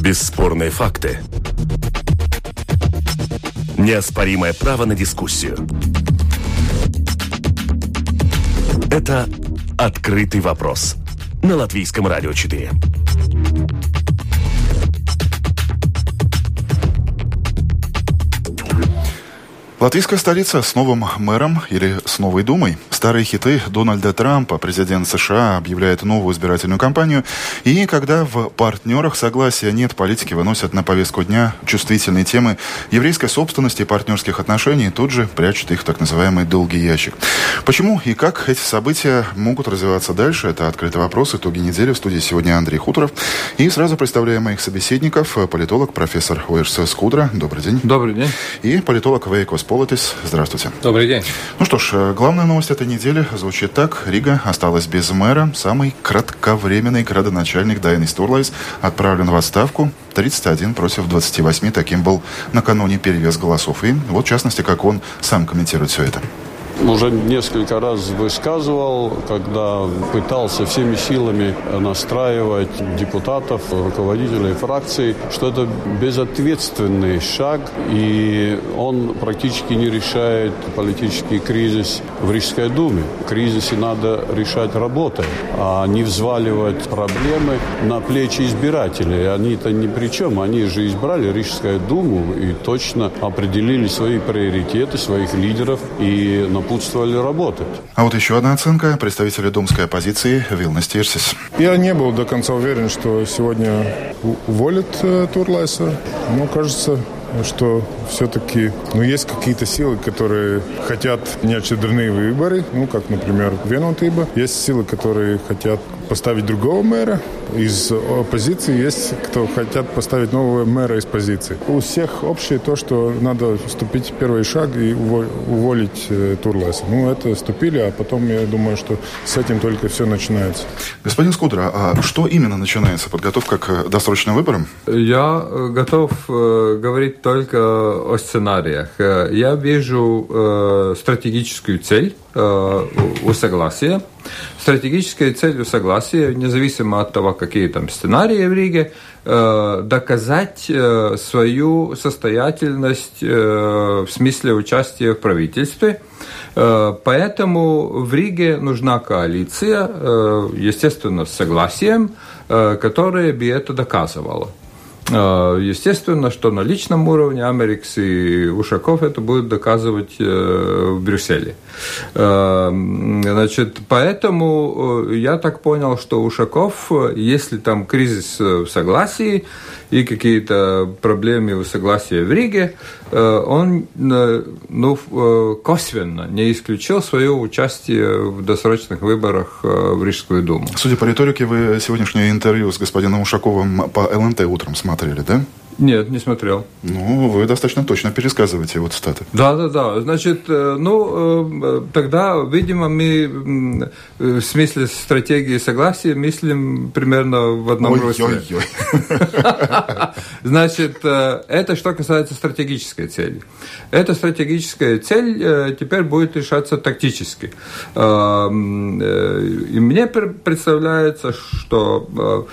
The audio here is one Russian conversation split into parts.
Бесспорные факты. Неоспоримое право на дискуссию. Это «Открытый вопрос» на Латвийском радио 4. Латвийская столица с новым мэром или с новой думой. Старые хиты Дональда Трампа, президент США, объявляет новую избирательную кампанию. И когда в партнерах согласия нет, политики выносят на повестку дня чувствительные темы еврейской собственности и партнерских отношений, тут же прячут их в так называемый долгий ящик. Почему и как эти события могут развиваться дальше? Это «Открытый вопрос», итоги недели. В студии сегодня Андрей Хуторов. И сразу представляю моих собеседников. Политолог, профессор Уирса Скудра. Добрый день. Добрый день. И политолог Вейкос Политис. Здравствуйте. Добрый день. Ну что ж, главная новость этой недели звучит так. Рига осталась без мэра. Самый кратковременный градоначальник Дайнис Турлайс отправлен в отставку. 31 против 28. Таким был накануне перевес голосов. И вот, в частности, как он сам комментирует все это. Уже несколько раз высказывал, когда пытался всеми силами настраивать депутатов, руководителей фракций, что это безответственный шаг, и он практически не решает политический кризис в Рижской думе. Кризисы надо решать работой, а не взваливать проблемы на плечи избирателей. Они-то ни при чем. Они же избрали Рижскую думу и точно определили свои приоритеты, своих лидеров и напутствовали работать. А вот еще одна оценка представителя думской оппозиции Вилнис Тирсис. Я не был до конца уверен, что сегодня уволят Турлайса, но кажется, что все-таки есть какие-то силы, которые хотят неочередные выборы, как, например, Венотиба. Есть силы, которые хотят поставить другого мэра из оппозиции, есть кто хотят поставить нового мэра из позиции. У всех общее то, что надо вступить первый шаг и уволить Турлайса. Это вступили, а потом, я думаю, что с этим только все начинается. Господин Скудра, а что именно начинается? Подготовка к досрочным выборам? Я готов говорить только о сценариях. Я вижу стратегическую цель у согласия. Стратегическая цель у согласия, независимо от того, какие там сценарии в Риге, доказать свою состоятельность в смысле участия в правительстве. Поэтому в Риге нужна коалиция, естественно, с согласием, которая бы это доказывала. Естественно, что на личном уровне Америкс и Ушаков это будут доказывать в Брюсселе. Поэтому я так понял, что Ушаков, если там кризис в согласии и какие-то проблемы в согласии в Риге, он косвенно не исключил свое участие в досрочных выборах в Рижскую думу. Судя по риторике, вы сегодняшнее интервью с господином Ушаковым по ЛНТ утром смотрели, да? Нет, не смотрел. Вы достаточно точно пересказываете его цитаты. Да. Значит, тогда, видимо, мы в смысле стратегии согласия мыслим примерно в одном русле. Значит, это что касается стратегической цели. Эта стратегическая цель теперь будет решаться тактически. И мне представляется, что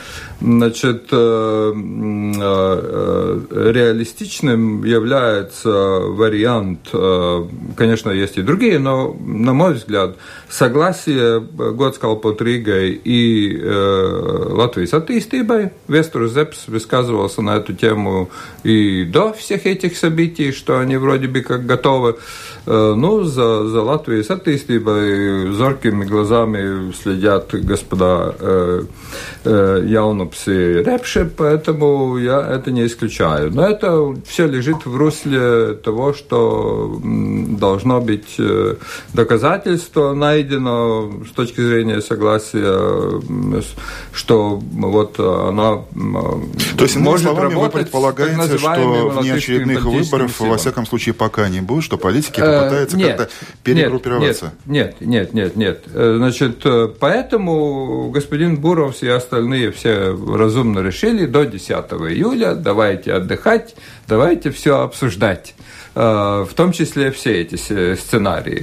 реалистичным является вариант, конечно, есть и другие, но, на мой взгляд, согласие Godskala Ригой и Латвijas attīstībai. Вестерс Зепс высказывался на эту тему и до всех этих событий, что они вроде бы как готовы. За Латвijas attīstībai зоркими глазами следят господа Jaunupс и Репше, поэтому я это не исключаю. Но это все лежит в русле того, что должно быть доказательство найдено с точки зрения согласия, что вот она То есть, может словами, работать. Вы предполагаете, что внеочередных выборов, во всяком случае, пока не будет, что политики попытаются как-то перегруппироваться? Нет. Значит, поэтому господин Буровс и остальные все разумно решили до 10 июля давайте отдыхать, давайте все обсуждать. В том числе все эти сценарии.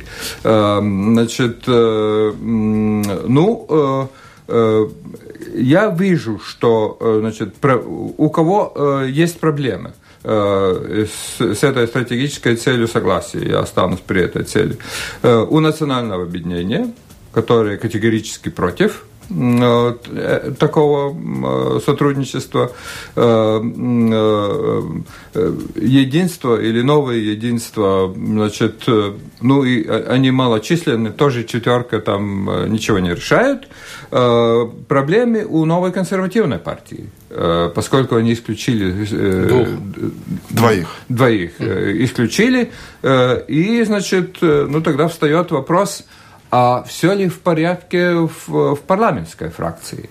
Я вижу, что у кого есть проблемы с этой стратегической целью согласия, я останусь при этой цели, у национального объединения, которое категорически против такого сотрудничества, единство или новое единство, и они малочисленны, тоже четверка там ничего не решают. Проблемы у новой консервативной партии, поскольку они исключили двоих исключили, и, тогда встает вопрос, а все ли в порядке в парламентской фракции?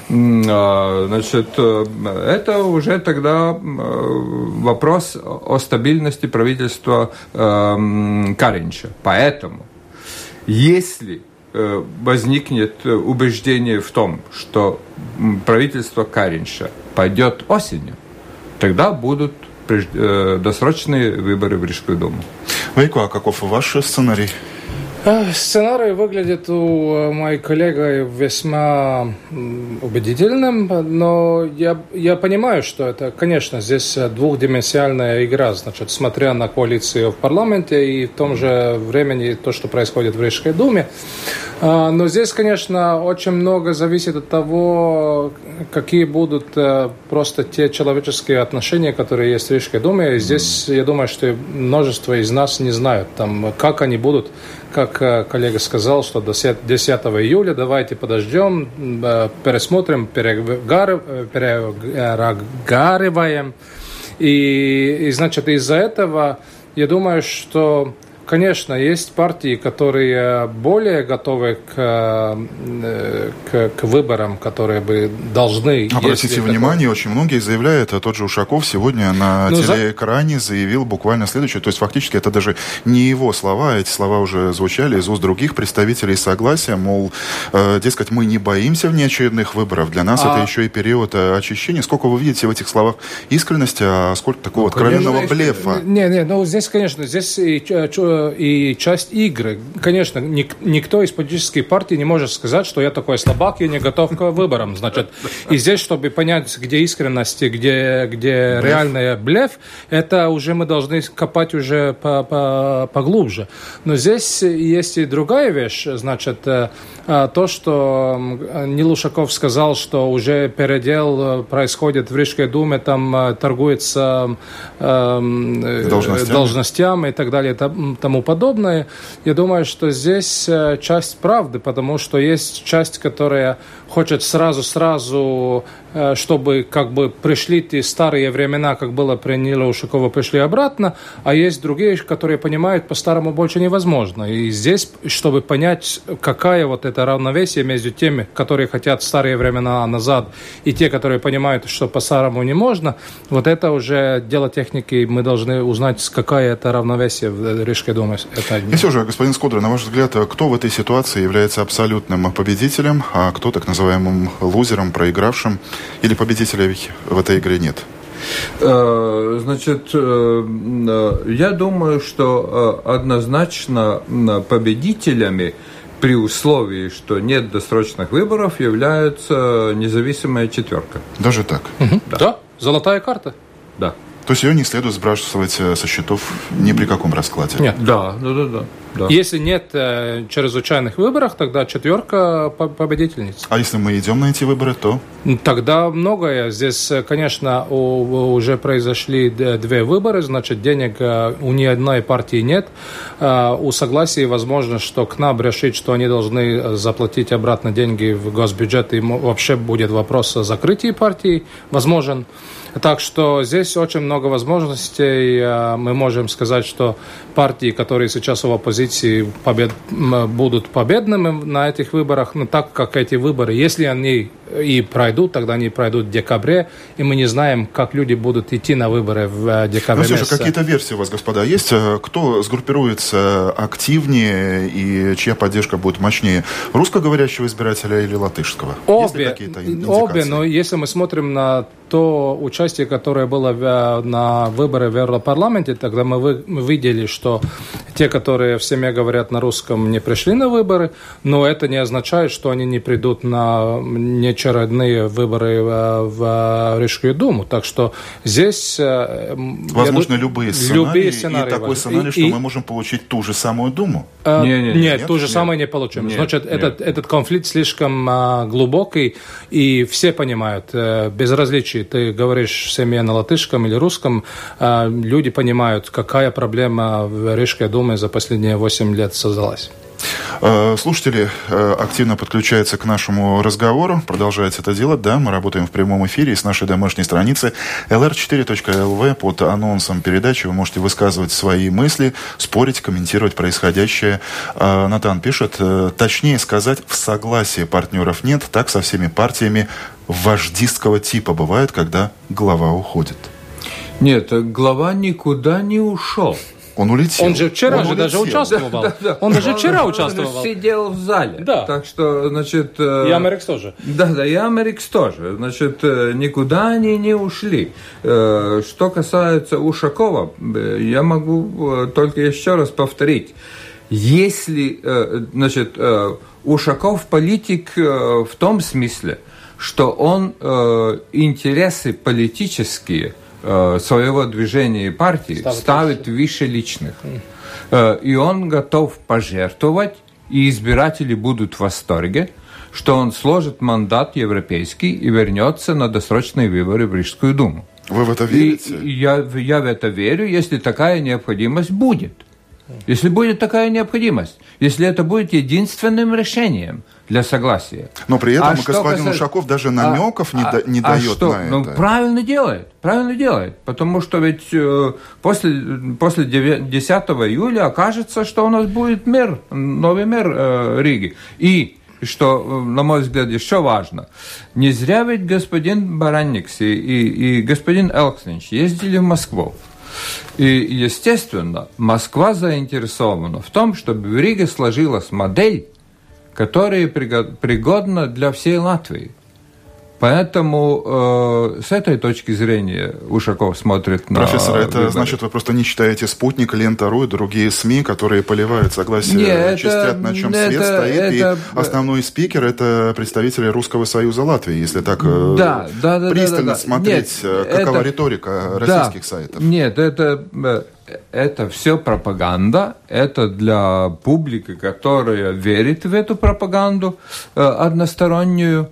Это уже тогда вопрос о стабильности правительства Каринча. Поэтому, если возникнет убеждение в том, что правительство Каринча пойдет осенью, тогда будут досрочные выборы в Рижскую думу. Вейко, а каков ваш сценарий? Сценарий выглядит у моей коллеги весьма убедительным, но я понимаю, что это, конечно, здесь двухдименsionальная игра, смотря на коалицию в парламенте и в том же времени то, что происходит в Рижской думе. Но здесь, конечно, очень много зависит от того, какие будут просто те человеческие отношения, которые есть в Рижской думе. И здесь, я думаю, что множество из нас не знают, как они будут. Как коллега сказал, что до 10 июля давайте подождем, пересмотрим, переговариваем. И из-за этого я думаю, что, конечно, есть партии, которые более готовы к выборам, которые бы не... Обратите внимание, очень многие заявляют, тот же Ушаков сегодня на телеэкране заявил буквально следующее, то есть фактически это даже не его слова, эти слова уже звучали из уст других представителей согласия, мол, дескать, мы не боимся внеочередных выборов, для нас это еще и период очищения. Сколько вы видите в этих словах искренности, а сколько такого откровенного блефа? Здесь, конечно, и часть игры. Конечно, никто из политических партий не может сказать, что я такой слабак, я не готов к выборам. И здесь, чтобы понять, где искренность, где реальный блеф, это уже мы должны копать уже поглубже. Но здесь есть и другая вещь, то, что Нил Ушаков сказал, что уже передел происходит в Рижской думе, там торгуется должностями и так далее, тому подобное. Я думаю, что здесь часть правды, потому что есть часть, которая хочет сразу, чтобы пришли те старые времена, как было при Ниле Ушакову, пришли обратно, а есть другие, которые понимают, по-старому больше невозможно. И здесь, чтобы понять, какая это равновесие между теми, которые хотят старые времена назад, и те, которые понимают, что по-старому не можно, это уже дело техники, мы должны узнать, какая это равновесие в Рижской думе. И все же, господин Скудра, на ваш взгляд, кто в этой ситуации является абсолютным победителем, а кто так называемым лузером, проигравшим, или победителей в этой игре нет? Я думаю, что однозначно победителями при условии, что нет досрочных выборов, является независимая четверка. Даже так? Да, золотая карта. Да. То есть ее не следует сбрасывать со счетов ни при каком раскладе? Нет. Да. Если нет чрезвычайных выборов, тогда четверка победительниц. А если мы идем на эти выборы, то? Тогда многое. Здесь, конечно, уже произошли 2 выборы, денег у ни одной партии нет. У согласия возможно, что КНАП решит, что они должны заплатить обратно деньги в госбюджет, и вообще будет вопрос о закрытии партии возможен. Так что здесь очень много возможностей. Мы можем сказать, что партии, которые сейчас в оппозиции, будут победными на этих выборах, но так как эти выборы, если они и пройдут, тогда они пройдут в декабре, и мы не знаем, как люди будут идти на выборы в декабре. Ну, все же, какие-то версии у вас, господа, есть? Кто сгруппируется активнее и чья поддержка будет мощнее? Русскоговорящего избирателя или латышского? Обе, но если мы смотрим на то участие, которое было на выборах в Европарламенте, тогда мы видели, что те, которые в семье говорят на русском, не пришли на выборы, но это не означает, что они не придут на неочередные выборы в Рижскую думу. Так что здесь... Возможно, любые сценарии. И такой сценарий, что мы можем получить ту же самую думу. Нет, ту же самую не получим. Значит, этот конфликт слишком глубокий, и все понимают, без различий. Ты говоришь в семье на латышском или русском, люди понимают, какая проблема в Рижской думе за последние 8 лет создалась. Слушатели активно подключаются к нашему разговору, продолжают это делать, да, мы работаем в прямом эфире с нашей домашней страницы lr4.lv. Под анонсом передачи вы можете высказывать свои мысли, спорить, комментировать происходящее. Натан пишет, точнее сказать, в согласии партнеров нет, так со всеми партиями вождистского типа бывает, когда глава уходит. Нет, глава никуда не ушел. Он улетел. Он же вчера даже участвовал. Да. Он даже вчера участвовал. Он сидел в зале. Да. Так что, значит... И Америкс тоже. Да, и Америкс тоже. Значит, никуда они не ушли. Что касается Ушакова, я могу только еще раз повторить. Если, значит, Ушаков политик в том смысле, что он интересы политические своего движения и партии ставит выше личных. И он готов пожертвовать, и избиратели будут в восторге, что он сложит мандат европейский и вернется на досрочные выборы в Рижскую думу. Вы в это верите? И я в это верю, если такая необходимость будет. Если будет такая необходимость. Если это будет единственным решением для согласия. Но при этом господин Ушаков даже намеков не дает на это. Ну, правильно делает. Потому что ведь после 10 июля окажется, что у нас будет мэр, новый мэр Риги. И, что, на мой взгляд, еще важно, не зря ведь господин Баранникс и господин Элкснич ездили в Москву. И, естественно, Москва заинтересована в том, чтобы в Риге сложилась модель, которая пригодна для всей Латвии. Поэтому с этой точки зрения Ушаков смотрит на... Профессор, это выборы. Значит, вы просто не читаете «Спутник», «Лента.ру» и другие СМИ, которые поливают согласие, чистят, на чем свет стоит. И основной спикер – это представители Русского союза Латвии, если так пристально смотреть, какова риторика российских сайтов. Нет, это все пропаганда, это для публики, которая верит в эту пропаганду одностороннюю.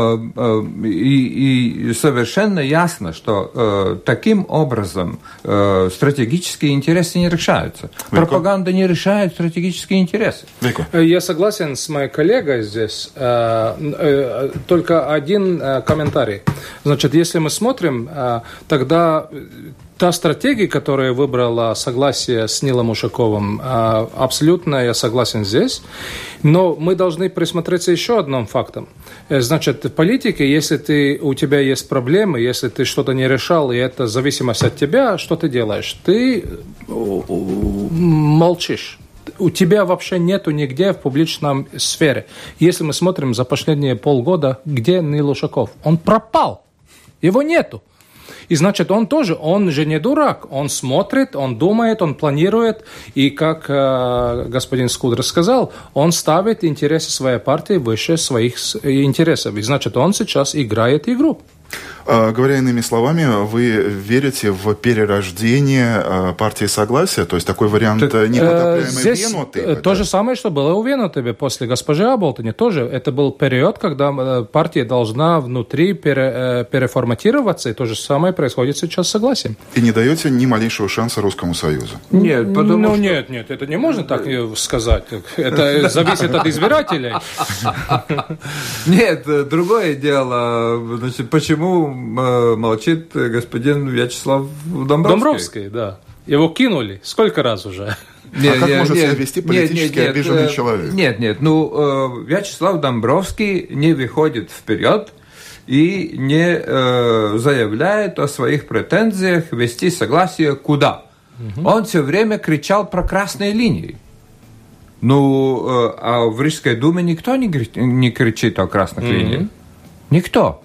И совершенно ясно, что таким образом стратегические интересы не решаются. Пропаганда не решает стратегические интересы. Я согласен с моей коллегой здесь. Только один комментарий. Значит, если мы смотрим, тогда... Та стратегия, которую выбрала согласие с Нилом Ушаковым, абсолютно я согласен здесь. Но мы должны присмотреться еще одним фактом. Значит, в политике, если у тебя есть проблемы, если ты что-то не решал, и это зависимость от тебя, что ты делаешь? Ты молчишь. У тебя вообще нету нигде в публичном сфере. Если мы смотрим за последние полгода, где Нил Ушаков? Он пропал. Его нету. И значит, он же не дурак, он смотрит, он думает, он планирует, и, как господин Скудер сказал, он ставит интересы своей партии выше своих интересов. И значит, он сейчас играет игру. Говоря иными словами, вы верите в перерождение партии Согласия? То есть такой вариант непотопляемой Венуты? То же самое, что было у Венуты после госпожи Аболтони. Тоже это был период, когда партия должна внутри переформатироваться, и то же самое происходит сейчас с Согласием. И не даете ни малейшего шанса Русскому Союзу? Нет, потому что... Нет, это не можно так сказать. Это зависит от избирателей. Нет, другое дело. Значит, почему молчит господин Вячеслав Домбровский? Да. Его кинули. Сколько раз уже? Как может себя вести политически обиженный человек? Нет. Вячеслав Домбровский не выходит вперед и не заявляет о своих претензиях вести согласие куда. Он все время кричал про красные линии. А в Рижской думе никто не кричит о красных линиях. Никто.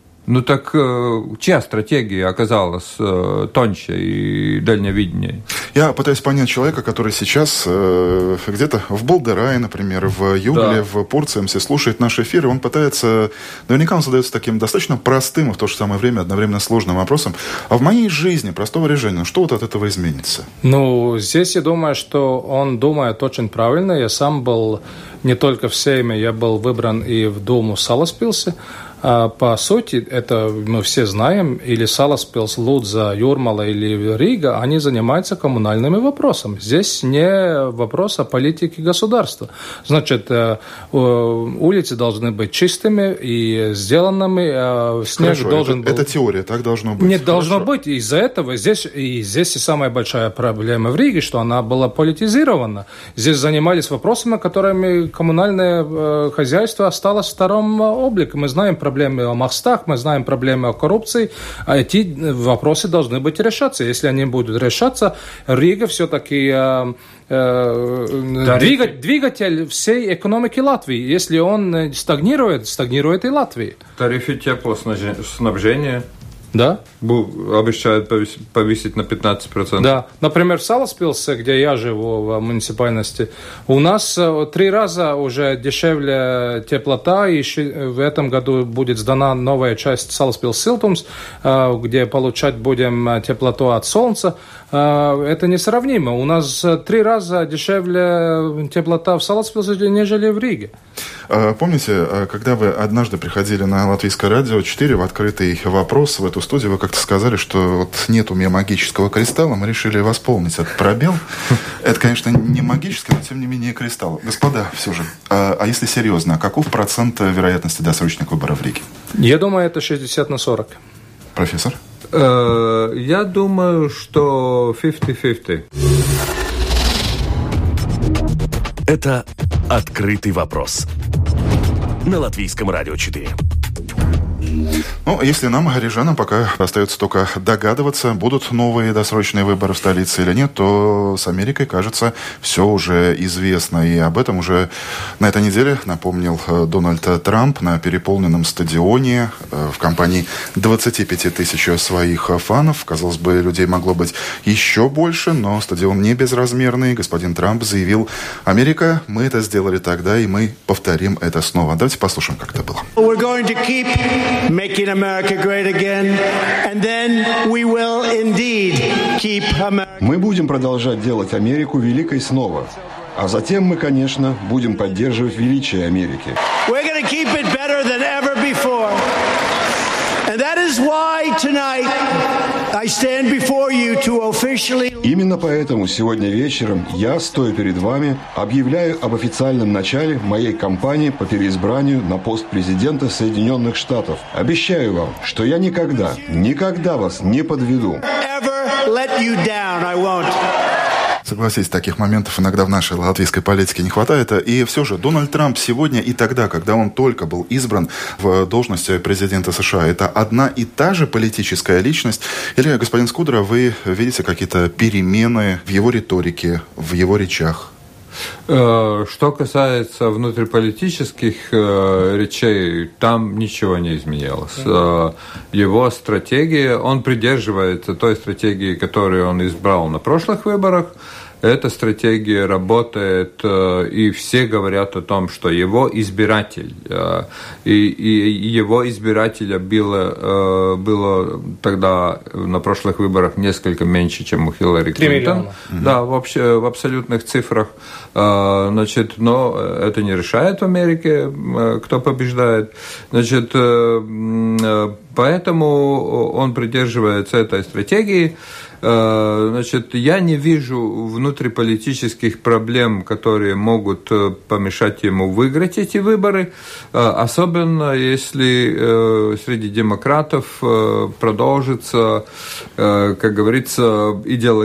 Так чья стратегия оказалась тоньше и дальновиднее? Я пытаюсь понять человека, который сейчас где-то в Болдерае, например, в Югле, в Пурцемсе слушает наш эфир, и он пытается... Наверняка он задается таким достаточно простым и в то же самое время одновременно сложным вопросом. А в моей жизни простого режима, что вот от этого изменится? Ну, здесь я думаю, что он думает очень правильно. Я сам был не только в Сейме, я был выбран и в Думу Саласпилсе. По сути, это мы все знаем, или Саласпилс, Лудза, Юрмала или Рига, они занимаются коммунальными вопросами. Здесь не вопрос о политике государства. Значит, улицы должны быть чистыми и сделанными, снег должен быть... Это теория, так должно быть. Нет, должно быть. Из-за этого здесь и самая большая проблема в Риге, что она была политизирована. Здесь занимались вопросами, которыми коммунальное хозяйство осталось в втором облике. Мы знаем проблемы о мостах, мы знаем проблемы о коррупции, а эти вопросы должны быть решаться. Если они будут решаться, Рига все-таки двигатель всей экономики Латвии. Если он стагнирует и Латвия. Тарифы теплоснабжения. Да. Обещают повысить на 15%. Да. Например, в Саласпилсе, где я живу, в муниципальности, у нас 3 раза уже дешевле теплота, и в этом году будет сдана новая часть Саласпилс-Силтумс, где получать будем теплоту от солнца. Это несравнимо. У нас 3 раза дешевле теплота в Саласпилсе, нежели в Риге. Помните, когда вы однажды приходили на Латвийское радио 4 в открытый вопрос в эту студию, вы как-то сказали, что вот нет у меня магического кристалла, мы решили восполнить этот пробел. Это, конечно, не магический, но тем не менее кристалл. Господа, все же, а если серьезно, каков процент вероятности досрочных выборов в Риге? Я думаю, это 60/40. Профессор? Я думаю, что 50-50. Это «Открытый вопрос» на Латвийском радио 4. Ну, если нам, горожанам, пока остается только догадываться, будут новые досрочные выборы в столице или нет, то с Америкой, кажется, все уже известно. И об этом уже на этой неделе напомнил Дональд Трамп на переполненном стадионе в компании 25 тысяч своих фанов. Казалось бы, людей могло быть еще больше, но стадион не безразмерный. Господин Трамп заявил: «Америка, мы это сделали тогда, и мы повторим это снова». Давайте послушаем, как это было. Making America great again, and then we will indeed keep America. Мы будем продолжать делать Америку великой снова, а затем мы, конечно, будем поддерживать величие Америки. We're going to keep it better than ever before. And that is why tonight I stand before you to officially... Именно поэтому сегодня вечером я, стоя перед вами, объявляю об официальном начале моей кампании по переизбранию на пост президента Соединенных Штатов. Обещаю вам, что я никогда вас не подведу. Ever let you down, I won't. Согласитесь, таких моментов иногда в нашей латвийской политике не хватает. И все же Дональд Трамп сегодня и тогда, когда он только был избран в должность президента США, это одна и та же политическая личность? Или, господин Скудра, вы видите какие-то перемены в его риторике, в его речах? Что касается внутриполитических речей, там ничего не изменилось. Его стратегия, он придерживается той стратегии, которую он избрал на прошлых выборах. Эта стратегия работает, и все говорят о том, что его избиратель, и его избирателя было тогда на прошлых выборах несколько меньше, чем у Хиллари Клинтон. Да, вообще в абсолютных цифрах. Значит, но это не решает в Америке, кто побеждает. Значит, поэтому он придерживается этой стратегии. Значит, я не вижу внутриполитических проблем, которые могут помешать ему выиграть эти выборы, особенно если среди демократов продолжится, как говорится,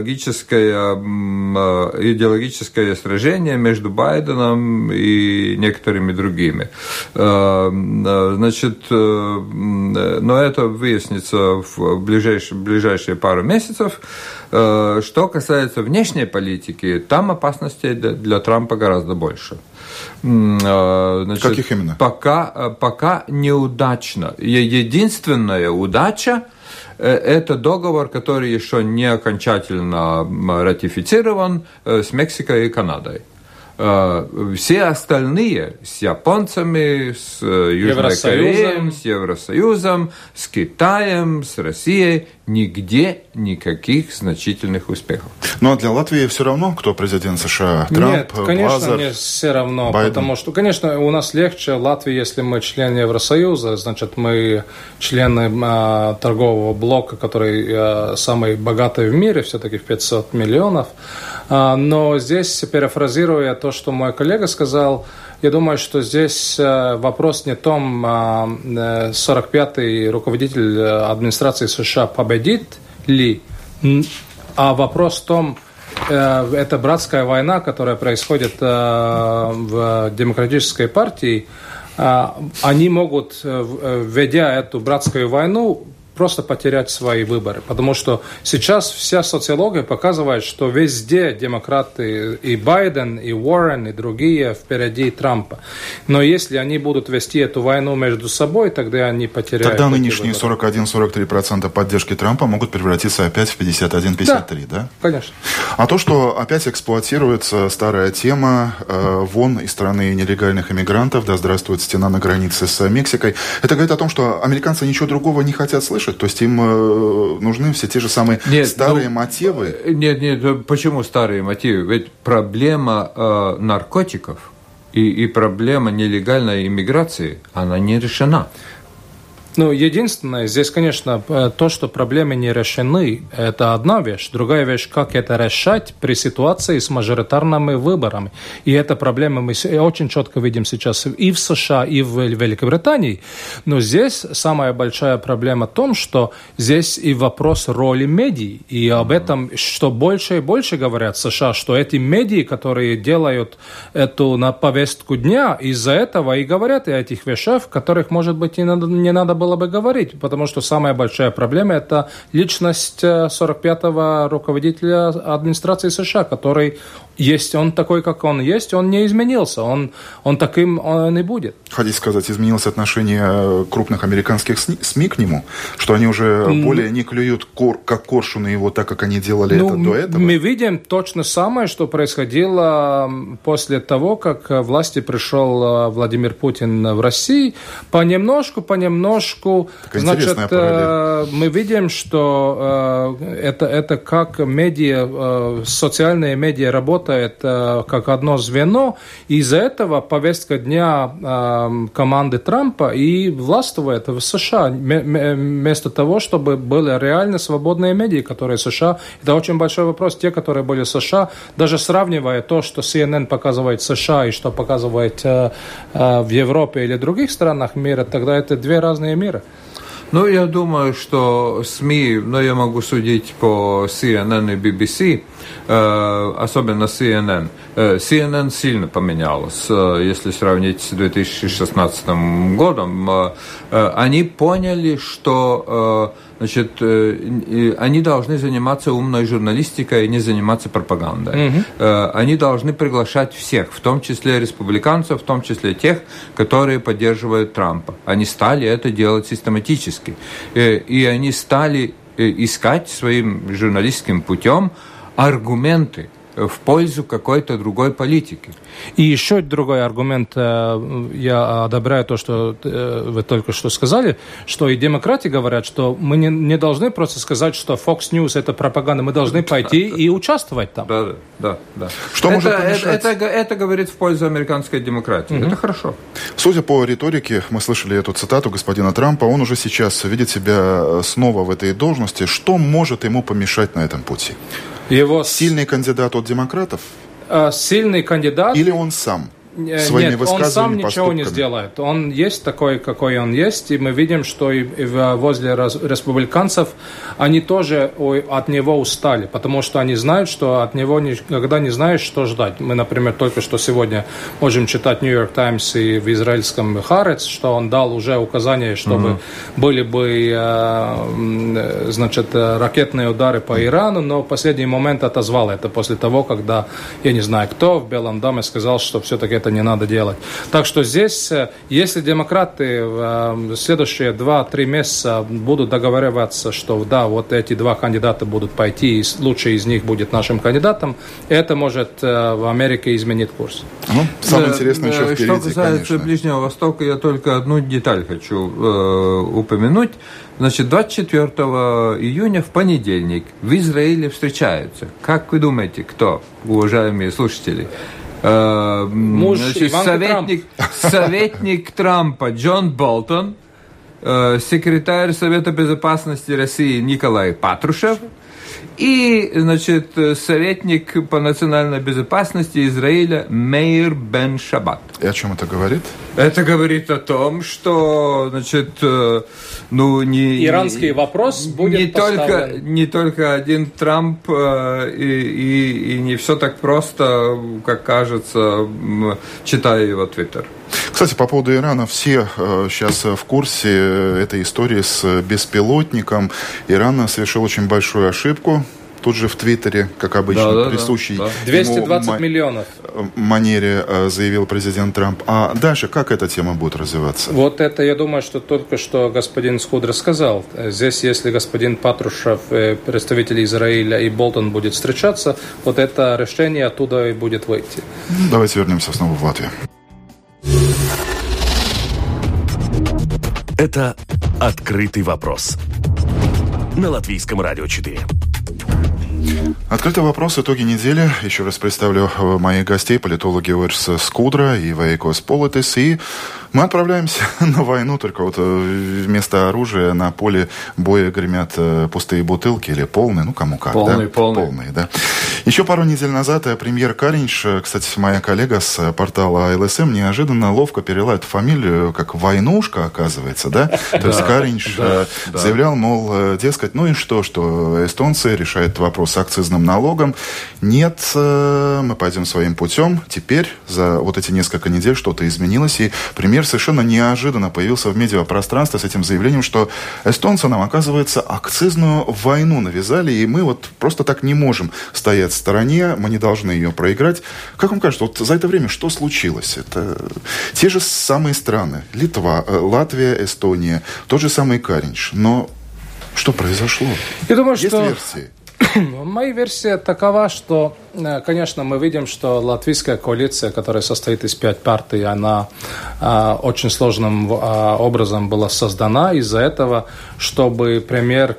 идеологическое сражение между Байденом и некоторыми другими. Значит, но это выяснится в ближайшие пару месяцев. Что касается внешней политики, там опасностей для Трампа гораздо больше. Значит, каких именно? Пока неудачно. Единственная удача Это договор, который еще не окончательно ратифицирован с Мексикой и Канадой. Все остальные с японцами, с Южной Кореей, с Евросоюзом, с Китаем, с Россией нигде никаких значительных успехов. Ну, а для Латвии все равно, кто президент США? Трамп, Нет, конечно, Лазарь, не все равно, Байден. потому что, конечно, у нас легче Латвии, если мы член Евросоюза, значит, мы члены торгового блока, который самый богатый в мире, все-таки в 500 миллионов. Но здесь, перефразируя то, что мой коллега сказал, я думаю, что здесь вопрос не в том, 45-й руководитель администрации США победит ли, а вопрос в том, это братская война, которая происходит в демократической партии, они могут, ведя эту братскую войну, просто потерять свои выборы. Потому что сейчас вся социология показывает, что везде демократы, и Байден, и Уоррен, и другие впереди Трампа. Но если они будут вести эту войну между собой, тогда они потеряют. Тогда нынешние 41-43% поддержки Трампа могут превратиться опять в 51-53, да? Конечно. А то, что опять эксплуатируется старая тема вон из страны нелегальных иммигрантов, да здравствует стена на границе с Мексикой, это говорит о том, что американцы ничего другого не хотят слышать. То есть им нужны все те же самые старые мотивы? Нет, почему старые мотивы? Ведь проблема наркотиков и проблема нелегальной иммиграции, она не решена. Ну, единственное, здесь, конечно, то, что проблемы не решены, это одна вещь. Другая вещь, как это решать при ситуации с мажоритарными выборами. И эта проблема мы очень четко видим сейчас и в США, и в Великобритании. Но здесь самая большая проблема в том, что здесь и вопрос роли медий. И об этом, что больше и больше говорят в США, что эти медии, которые делают эту на повестку дня, из-за этого и говорят о этих вещах, в которых, может быть, не надо было бы говорить, потому что самая большая проблема – это личность 45-го руководителя администрации США, который есть, он такой, как он есть, он не изменился, он таким он и будет. Хотите сказать, изменилось отношение крупных американских СМИ к нему? Что они уже более не клюют как коршуны его так, как они делали это до этого? Мы видим точно самое, что происходило после того, как к власти пришел Владимир Путин в России. Понемножку, значит, мы видим, что это как медиа, социальные медиа работают как одно звено, и из-за этого повестка дня команды Трампа и властвует в США, вместо того, чтобы были реально свободные медиа, которые США. Это очень большой вопрос. Те, которые были в США, даже сравнивая то, что CNN показывает в США и что показывает в Европе или других странах мира, тогда это две разные мира. Ну, я думаю, что СМИ, я могу судить по CNN и BBC, особенно CNN. CNN сильно поменялась, если сравнить с 2016 годом. Они поняли, что они должны заниматься умной журналистикой и не заниматься пропагандой. Они должны приглашать всех, в том числе республиканцев, в том числе тех, которые поддерживают Трампа. Они стали это делать систематически. И они стали искать своим журналистским путем аргументы в пользу какой-то другой политики. И еще другой аргумент, я одобряю то, что вы только что сказали, что и демократы говорят, что мы не должны просто сказать, что Fox News – это пропаганда, мы должны пойти и участвовать там. Да. Что может помешать? Это говорит в пользу американской демократии. Это хорошо. Судя по риторике, мы слышали эту цитату господина Трампа, он уже сейчас видит себя снова в этой должности. Что может ему помешать на этом пути? Сильный кандидат от демократов? Сильный кандидат. Или он сам? Своими высказываниями, он сам ничего не сделает. Он есть такой, какой он есть, и мы видим, что и возле республиканцев они тоже от него устали, потому что они знают, что от него никогда не знаешь, что ждать. Мы, например, только что сегодня можем читать New York Times и в израильском Haaretz, что он дал уже указание, чтобы были бы ракетные удары по Ирану, но в последний момент отозвал это после того, когда, я не знаю кто, в Белом доме сказал, что все-таки это это не надо делать. Так что здесь, если демократы в следующие 2-3 месяца будут договариваться, что да, вот эти два кандидата будут пойти, и лучший из них будет нашим кандидатом, это может в Америке изменить курс. Ну, самое интересное еще впереди, что касается конечно. Ближнего Востока, я только одну деталь хочу упомянуть. Значит, 24 июня в понедельник в Израиле встречаются. Как вы думаете, кто, уважаемые слушатели? Муж Значит, советник Трампа Джон Болтон, секретарь Совета Безопасности России Николай Патрушев и, значит, советник по национальной безопасности Израиля Меир Бен Шабат. И о чем это говорит? Это говорит о том, что, значит, иранский вопрос будет поставлен. Не только один Трамп, и не все так просто, как кажется, читая его твиттер. Кстати, по поводу Ирана, все сейчас в курсе этой истории с беспилотником. Иран совершил очень большую ошибку. Тут же в Твиттере, как обычно, присущий 220 миллионов манере заявил президент Трамп. А дальше как эта тема будет развиваться? Вот это, я думаю, что только что господин Скудра сказал. Здесь, если господин Патрушев, представитель Израиля, и Болтон будет встречаться, вот это решение оттуда и будет выйти. Давайте вернемся снова в Латвию. Это «Открытый вопрос» на Латвийском радио 4. Открытый вопрос. Итоги недели. Еще раз представлю моих гостей, политологи Уэрс Скудра и Вейкос Политис. И мы отправляемся на войну, только вот вместо оружия на поле боя гремят пустые бутылки или полные, ну кому как. Полные, да. Еще пару недель назад премьер Кариньш, кстати, моя коллега с портала АЛСМ, неожиданно ловко перевела эту фамилию как Войнушка, оказывается, да? То есть Кариньш заявлял, мол, дескать, ну и что эстонцы решают вопрос с акцизным налогом. Нет, мы пойдем своим путем. Теперь за вот эти несколько недель что-то изменилось, и премьер совершенно неожиданно появился в медиапространстве с этим заявлением, что эстонцы нам, оказывается, акцизную войну навязали, и мы вот просто так не можем стоять в стороне, мы не должны ее проиграть. Как вам кажется, вот за это время что случилось? Это те же самые страны. Литва, Латвия, Эстония, тот же самый Кариньш. Но что произошло? Я думаю, есть что... версии? Моя версия такова, что, конечно, мы видим, что латвийская коалиция, которая состоит из 5 партий, она очень сложным образом была создана из-за этого, чтобы премьер,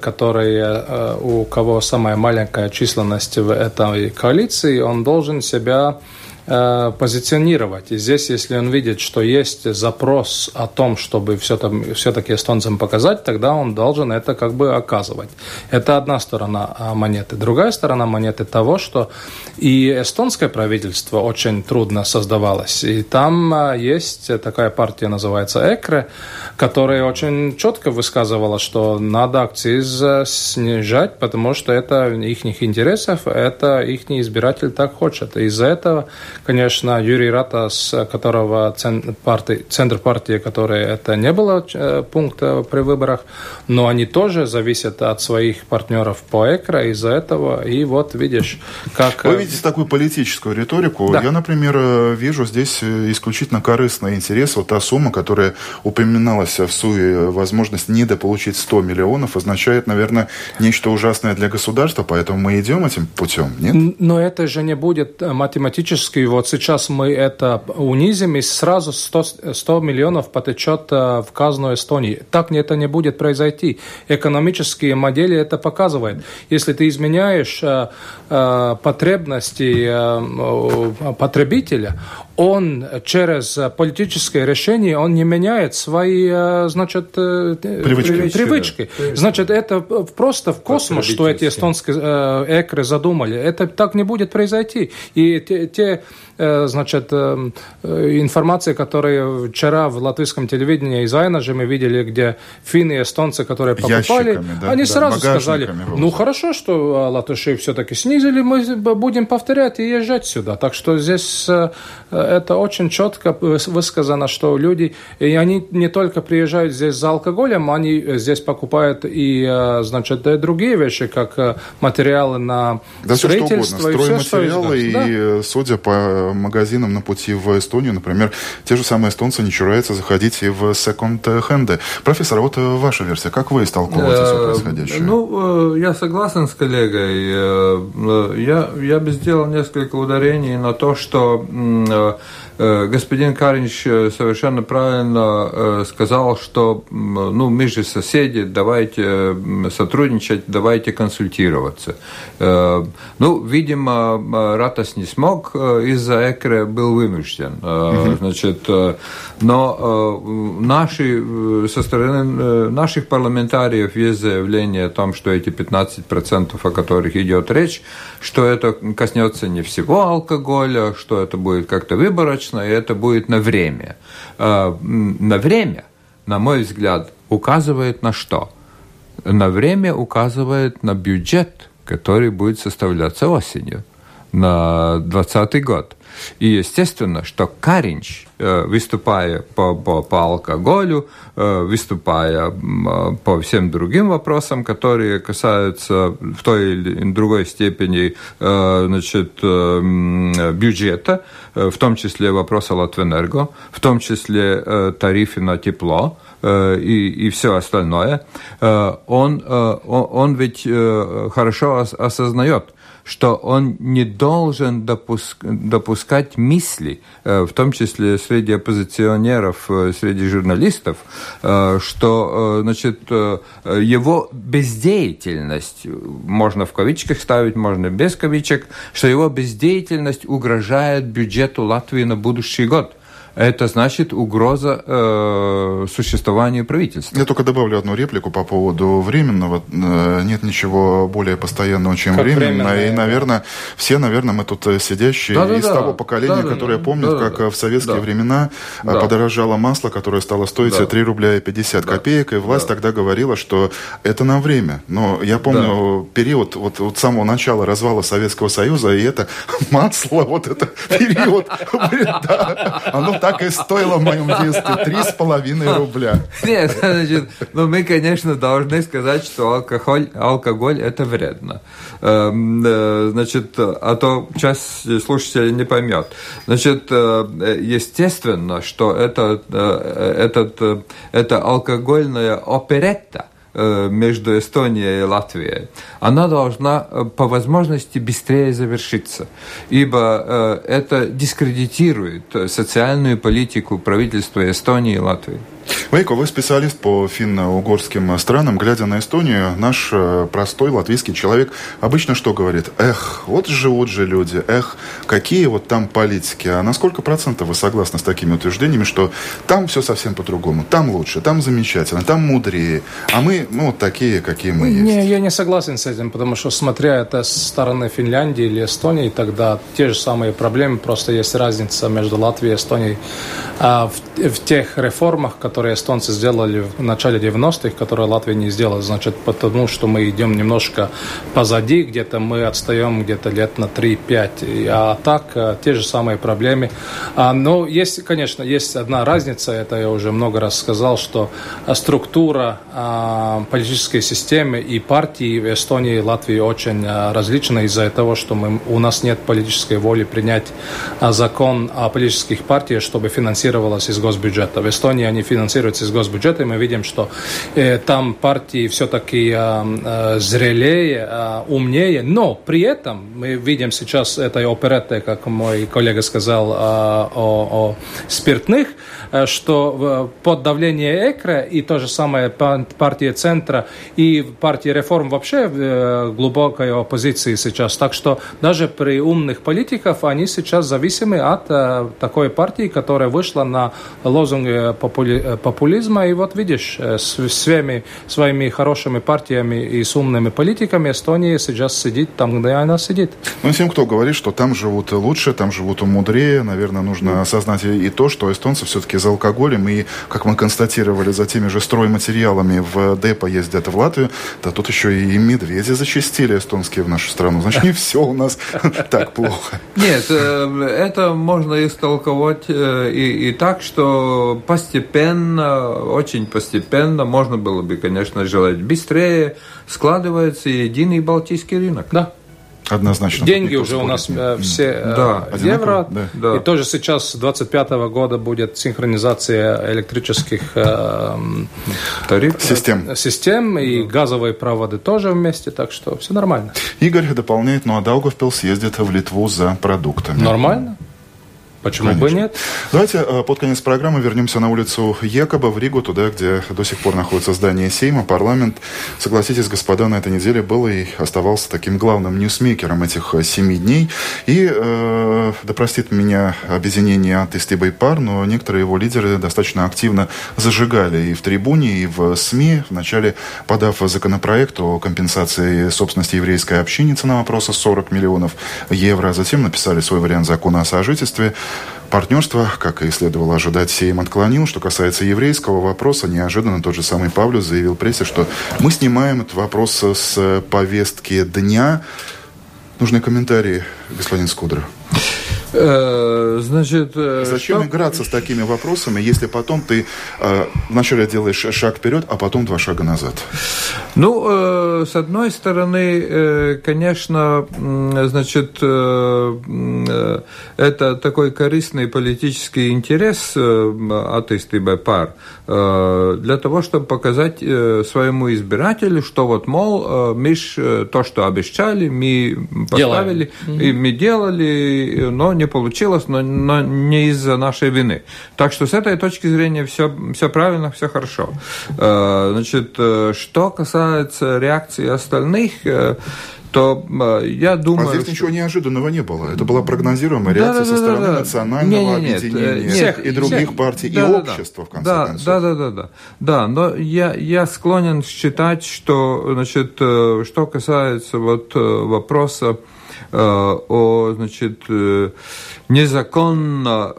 у кого самая маленькая численность в этой коалиции, он должен себя позиционировать. И здесь, если он видит, что есть запрос о том, чтобы все-таки эстонцам показать, тогда он должен это как бы оказывать. Это одна сторона монеты. Другая сторона монеты того, что и эстонское правительство очень трудно создавалось. И там есть такая партия, называется ЭКРЕ, которая очень четко высказывала, что надо акциз снижать, потому что это их интересов, это их избиратель так хочет. И из-за этого, конечно, Юрий Ратас, которого центр партии, который это не было пункта при выборах, но они тоже зависят от своих партнеров по ЭКРЕ, из-за этого, и вот видишь, как... Вы видите такую политическую риторику. Да. Я, например, вижу здесь исключительно корыстный интерес. Вот та сумма, которая упоминалась в СУИ, возможность недополучить 100 миллионов, означает, наверное, нечто ужасное для государства, поэтому мы идем этим путем, нет? Но это же не будет математически. Вот сейчас мы это унизим, и сразу 100 миллионов потечет в казну Эстонии. Так это не будет произойти. Экономические модели это показывают. Если ты изменяешь потребности потребителя, он через политическое решение, он не меняет свои, значит, привычки. Да. Значит, это просто в космос, что эти эстонские ЭКРы задумали. Это так не будет произойти. И те значит, информация, которую вчера в латвийском телевидении из Айнажи мы видели, где финны и эстонцы, которые покупали, они сразу сказали, ну хорошо, что латыши все-таки снизили, мы будем повторять и езжать сюда. Так что здесь это очень четко высказано, что люди, и они не только приезжают здесь за алкоголем, они здесь покупают и, значит, другие вещи, как материалы на строительство. Стройматериалы, и, судя по магазинам на пути в Эстонию, например, те же самые эстонцы не чураются заходить и в секонд-хенды. Профессор, вот ваша версия, как вы истолковываете все происходящее? Я согласен с коллегой. Я бы сделал несколько ударений на то, что господин Каринч совершенно правильно сказал, что мы же соседи, давайте сотрудничать, давайте консультироваться. Видимо, Ратас не смог, из-за ЭКРЕ был вынужден. Значит, но со стороны наших парламентариев есть заявление о том, что эти 15%, о которых идет речь, что это коснется не всего алкоголя, что это будет как-то выборочно, и это будет на время. На время, на мой взгляд, указывает на что? На время указывает на бюджет, который будет составляться осенью, на 2020 год. И естественно, что Каринч, выступая по алкоголю, выступая по всем другим вопросам, которые касаются в той или другой степени бюджета, в том числе вопроса Латвэнерго, в том числе тарифы на тепло, и все остальное, он ведь хорошо осознает, что он не должен допускать мысли, в том числе среди оппозиционеров, среди журналистов, что, его бездеятельность, можно в кавичках ставить, можно без кавичек, что его бездеятельность угрожает бюджету Латвии на будущий год. Это значит угроза существованию правительства. Я только добавлю одну реплику по поводу временного. Нет ничего более постоянного, чем временное. И, наверное, все, мы тут сидящие из того поколения, которое помнит, как в советские времена подорожало масло, которое стало стоить 3 рубля и 50 копеек, и власть тогда говорила, что это на время. Но я помню период вот самого начала развала Советского Союза, и это масло, вот это период, оно так и стоило в моем детстве 3,5 рубля. Нет, значит, мы, конечно, должны сказать, что алкоголь это вредно. Значит, а то часть слушателей не поймет. Значит, естественно, что это алкогольная оперетта между Эстонией и Латвией, она должна по возможности быстрее завершиться, ибо это дискредитирует социальную политику правительства Эстонии и Латвии. Вейко, вы специалист по финно-угорским странам. Глядя на Эстонию, наш простой латвийский человек обычно что говорит? Вот живут же люди, какие вот там политики. А на сколько процентов вы согласны с такими утверждениями, что там все совсем по-другому, там лучше, там замечательно, там мудрее, а мы, вот такие, какие мы есть? Не, я не согласен с этим, потому что, смотря это с стороны Финляндии или Эстонии, тогда те же самые проблемы, просто есть разница между Латвией и Эстонией в тех реформах, которые эстонцы сделали в начале 90-х, которые Латвия не сделала, значит, потому что мы идем немножко позади, где-то мы отстаем где-то лет на 3-5, а так те же самые проблемы. Но есть, конечно, есть одна разница, это я уже много раз сказал, что структура политической системы и партии в Эстонии и Латвии очень различна из-за того, что у нас нет политической воли принять закон о политических партиях, чтобы финансировалось из госбюджета. В Эстонии они финансируются из госбюджета, и мы видим, что там партии все-таки зрелее, умнее, но при этом мы видим сейчас этой опереттой, как мой коллега сказал, о спиртных, что под давлением ЭКРЕ и то же самое партия Центра и партия Реформ вообще в глубокой оппозиции сейчас. Так что даже при умных политиках они сейчас зависимы от такой партии, которая вышла на лозунг популизма. И вот видишь, с своими хорошими партиями и с умными политиками Эстония сейчас сидит там, где она сидит. Ну, тем, кто говорит, что там живут лучше, там живут мудрее, наверное, нужно осознать и то, что эстонцы все-таки за алкоголем, и, как мы констатировали, за теми же стройматериалами в депо ездят в Латвию, да тут еще и медведи зачастили эстонские в нашу страну. Значит, не все у нас так плохо. Нет, это можно истолковать и так, что постепенно, очень постепенно, можно было бы, конечно, желать быстрее, складывается единый балтийский рынок. Да. Однозначно. Деньги уже у нас все евро. Да. И тоже сейчас с 2025 года будет синхронизация электрических систем, и газовые проводы тоже вместе, так что все нормально. Игорь дополняет, а Даугавпилс ездит в Литву за продуктами. Нормально. Почему бы нет? Давайте под конец программы вернемся на улицу Якоба в Ригу, туда, где до сих пор находится здание Сейма, парламент. Согласитесь, господа, на этой неделе был и оставался таким главным ньюсмейкером этих 7 дней. И, да простит меня объединение Атистибай Пар, но некоторые его лидеры достаточно активно зажигали и в трибуне, и в СМИ, вначале подав законопроект о компенсации собственности еврейской общины, цена вопроса 40 миллионов евро, а затем написали свой вариант закона о сожительстве. Партнерство, как и следовало ожидать, Сейм отклонил. Что касается еврейского вопроса, неожиданно тот же самый Павлюс заявил прессе, что мы снимаем этот вопрос с повестки дня. Нужны комментарии, господин Скудров. Значит, зачем играться с такими вопросами, если потом ты вначале делаешь шаг вперед, а потом 2 шага назад? Ну, с одной стороны, конечно, значит, это такой корыстный политический интерес Атистибай Пар для того, чтобы показать своему избирателю, что вот, мол, мы то, что обещали, мы поставили, и мы делали, но не получилось, но не из-за нашей вины. Так что с этой точки зрения все правильно, все хорошо. Значит, что касается реакции остальных, то я думаю... А здесь ничего неожиданного не было. Это была прогнозируемая реакция со стороны национального объединения всех и других партий, и общества, в конце концов. Да, но я склонен считать, что, значит, что касается вот вопроса о, значит, незаконно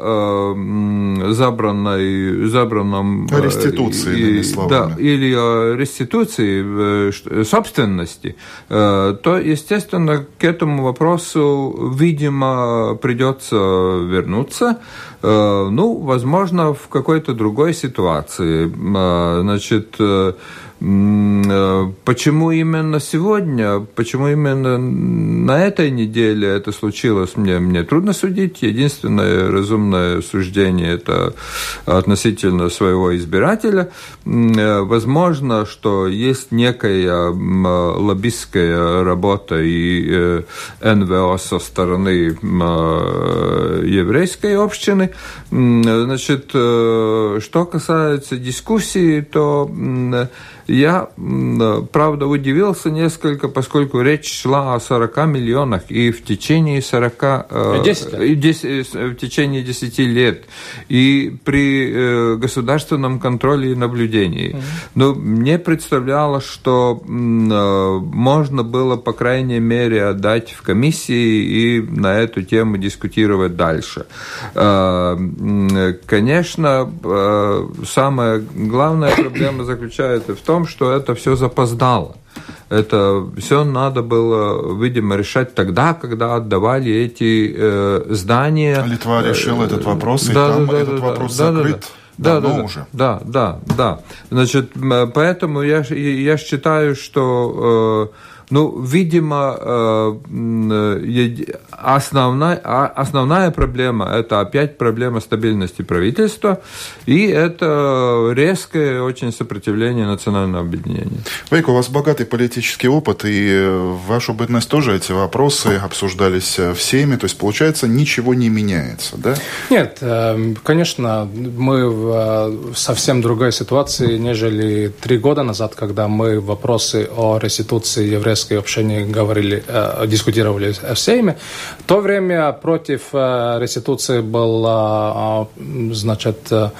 забранном реституции, или о реституции собственности, то, естественно, к этому вопросу, видимо, придется вернуться. Ну, возможно, в какой-то другой ситуации. Значит, почему именно сегодня, почему именно на этой неделе это случилось, мне трудно судить. Единственное разумное суждение – это относительно своего избирателя. Возможно, что есть некая лоббистская работа и НВО со стороны еврейской общины. Значит, что касается дискуссии, то я, правда, удивился несколько, поскольку речь шла о 40 миллионах и в течение 10 лет и при государственном контроле и наблюдении. Но мне представлялось, что можно было, по крайней мере, отдать в комиссии и на эту тему дискутировать дальше. Конечно, самая главная проблема заключается в том, что это все запоздало. Это все надо было, видимо, решать тогда, когда отдавали эти здания. Литва решила этот вопрос, и там этот вопрос закрыт. Давно уже. Да. Значит, поэтому я считаю, что... видимо, основная проблема – это опять проблема стабильности правительства, и это резкое очень сопротивление национального объединения. Вейко, у вас богатый политический опыт, и в вашу бытность тоже эти вопросы обсуждались в Сейме, то есть, получается, ничего не меняется, да? Нет, конечно, мы в совсем другой ситуации, нежели 3 года назад, когда мы вопросы о реституции еврейской общине дискутировали в Сейме. В то время против реституции был, значит,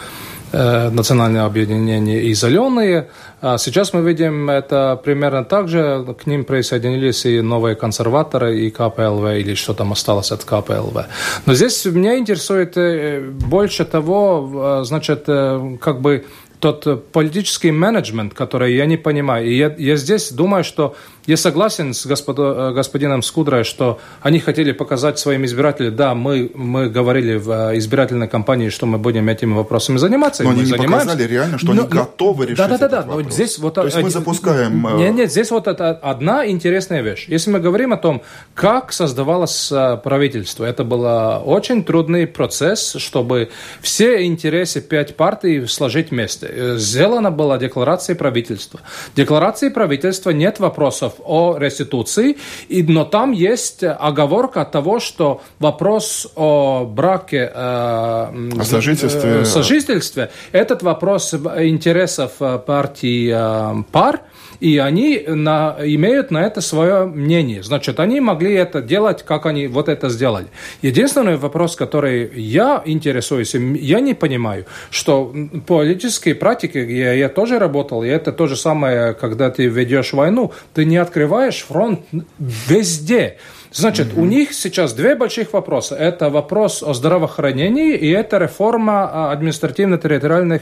национальное объединение и «Зеленые». Сейчас мы видим это примерно так же. К ним присоединились и новые консерваторы, и КПЛВ, или что там осталось от КПЛВ. Но здесь меня интересует больше того, значит, как бы тот политический менеджмент, который я не понимаю. И я здесь думаю, что я согласен с господином Скудрой, что они хотели показать своим избирателям, да, мы говорили в избирательной кампании, что мы будем этими вопросами заниматься. Но они не показали реально, что они готовы решить этот вопрос. Но здесь вот, то есть мы запускаем... Нет, здесь вот это одна интересная вещь. Если мы говорим о том, как создавалось правительство, это был очень трудный процесс, чтобы все интересы 5 партий сложить вместе. Сделана была декларация правительства. В декларации правительства нет вопросов о реституции, но там есть оговорка от того, что вопрос о браке, о сожительстве, этот вопрос интересов партии пар, и они имеют на это свое мнение. Значит, они могли это делать, как они вот это сделали. Единственный вопрос, который я интересуюсь, я не понимаю, что политические практики, я тоже работал, и это то же самое, когда ты ведешь войну, ты не открываешь фронт везде. Значит, у них сейчас 2 больших вопроса. Это вопрос о здравоохранении и это реформа административно-территориальных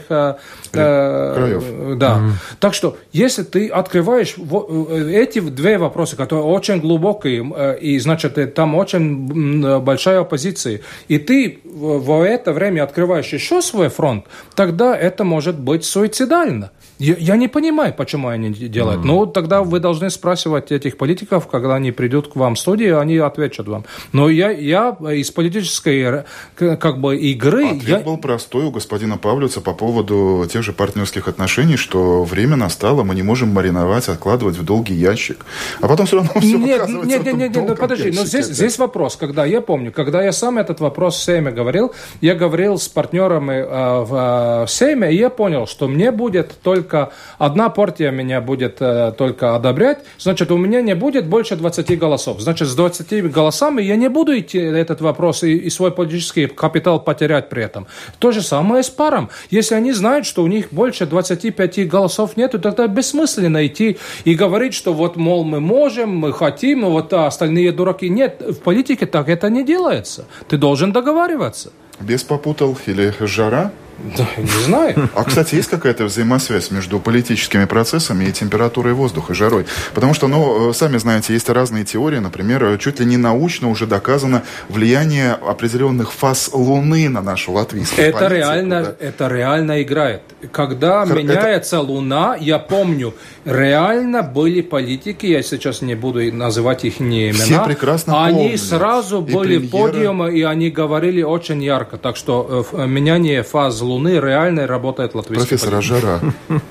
краев. Да. Так что, если ты открываешь эти 2 вопроса, которые очень глубокие, и, значит, там очень большая оппозиция, и ты в это время открываешь еще свой фронт, тогда это может быть суицидально. Я не понимаю, почему они делают. Ну, тогда вы должны спрашивать этих политиков, когда они придут к вам в студию, они ответят вам. Но я из политической как бы игры... Ответ был простой у господина Павлюца по поводу тех же партнерских отношений, что время настало, мы не можем мариновать, откладывать в долгий ящик. А потом все равно все оказывается Нет, подожди, но здесь вопрос, когда я помню, когда я сам этот вопрос в Сейме говорил, я говорил с партнерами в Сейме, и я понял, что мне будет только одна партия меня будет только одобрять, значит, у меня не будет больше 20 голосов. Значит, с 20 голосами я не буду идти этот вопрос и свой политический капитал потерять при этом. То же самое с паром. Если они знают, что у них больше 25 голосов нет, тогда бессмысленно идти и говорить, что вот, мол, мы можем, мы хотим, но вот остальные дураки. Нет, в политике так это не делается. Ты должен договариваться. Бес попутал или жара? Да, не знаю. А, кстати, есть какая-то взаимосвязь между политическими процессами и температурой воздуха, жарой? Потому что, сами знаете, есть разные теории. Например, чуть ли не научно уже доказано влияние определенных фаз Луны на нашу латвийскую политику. Это реально играет. Когда меняется Луна, я помню, реально были политики, я сейчас не буду называть их имена. Все прекрасно помнят. Они сразу были в подиуме, и они говорили очень ярко. Так что меняние фаз Луны реально работает латвийский политик. Профессор Жара,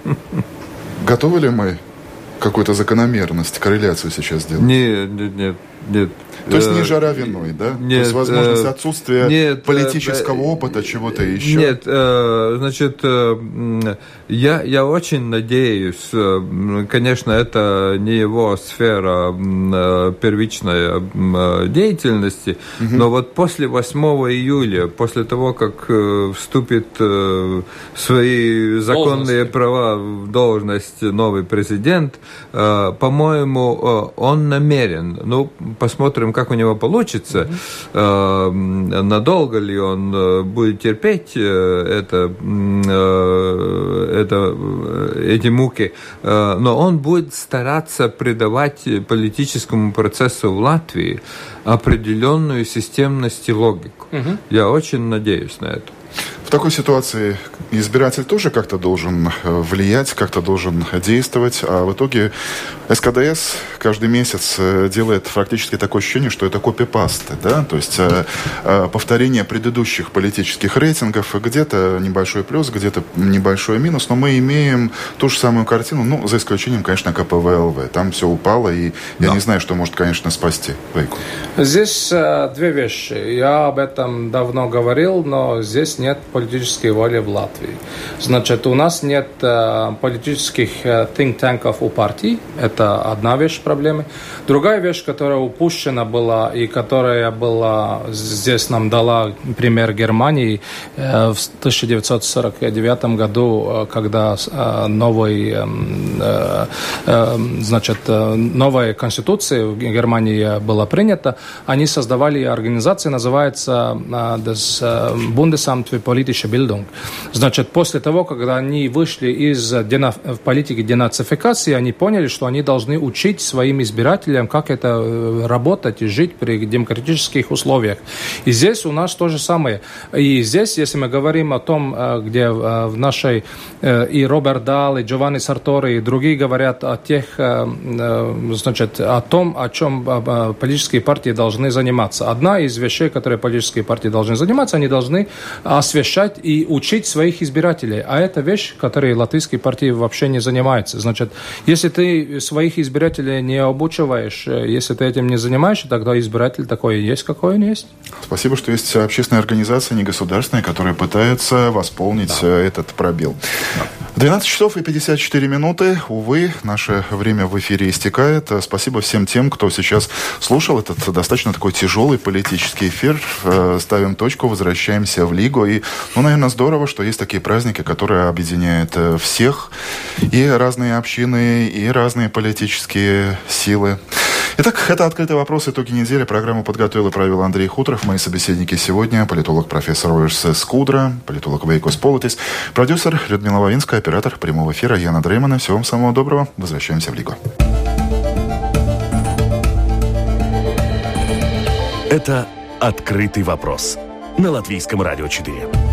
готовы ли мы какую-то закономерность, корреляцию сейчас сделать? Нет. То есть не жара виной, да? Нет, то есть возможность отсутствия политического опыта, чего-то еще? Нет, значит, я очень надеюсь, конечно, это не его сфера первичной деятельности, но вот после 8 июля, после того, как вступит в свои законные права в должность новый президент, по-моему, он намерен, посмотрим, как у него получится, надолго ли он будет терпеть эти муки, но он будет стараться придавать политическому процессу в Латвии определенную системность и логику. Я очень надеюсь на это. В такой ситуации избиратель тоже как-то должен влиять, как-то должен действовать, а в итоге СКДС каждый месяц делает фактически такое ощущение, что это копипаста, да, то есть повторение предыдущих политических рейтингов, где-то небольшой плюс, где-то небольшой минус, но мы имеем ту же самую картину, за исключением, конечно, КПВЛВ, там все упало, и я не знаю, что может, конечно, спасти Здесь 2 вещи, я об этом давно говорил, но здесь нет политической воли в Латвии. Значит, у нас нет политических think-танков у партий. Это одна вещь проблемы. Другая вещь, которая упущена была и которая была здесь нам дала пример Германии в 1949 году, когда новая конституция в Германии была принята, они создавали организацию, называется das Bundesamt für politische Bildung. Значит, после того, когда они вышли из политики денацификации, они поняли, что они должны учить своим избирателям, как это работать и жить при демократических условиях. И здесь у нас то же самое. И здесь, если мы говорим о том, где в нашей и Роберт Дал, и Джованни Сартори, и другие говорят о том, о чем политические партии должны заниматься. Одна из вещей, которые политические партии должны заниматься, они должны освещать и учить своих избирателей. А это вещь, которой латвийские партии вообще не занимаются. Значит, если ты своих избирателей не обучиваешь, если ты этим не занимаешься, тогда избиратель такой есть, какой он есть. Спасибо, что есть общественные организации, негосударственные, которые пытаются восполнить этот пробел. 12 часов и 54 минуты. Увы, наше время в эфире истекает. Спасибо всем тем, кто сейчас слушал этот достаточно такой тяжелый политический эфир. Ставим точку, возвращаемся в Лигу. И, наверное, здорово, что есть такие праздники, которые объединяют всех. И разные общины, и разные политические силы. Итак, это «Открытый вопрос. Итоги недели». Программу подготовил и провел Андрей Хуторов. Мои собеседники сегодня – политолог профессор Ольга Скудра, политолог Вейкос Политис, продюсер Людмила Вавинская, оператор прямого эфира Яна Дреймана. Всего вам самого доброго. Возвращаемся в Лигу. Это «Открытый вопрос» на Латвийском радио 4.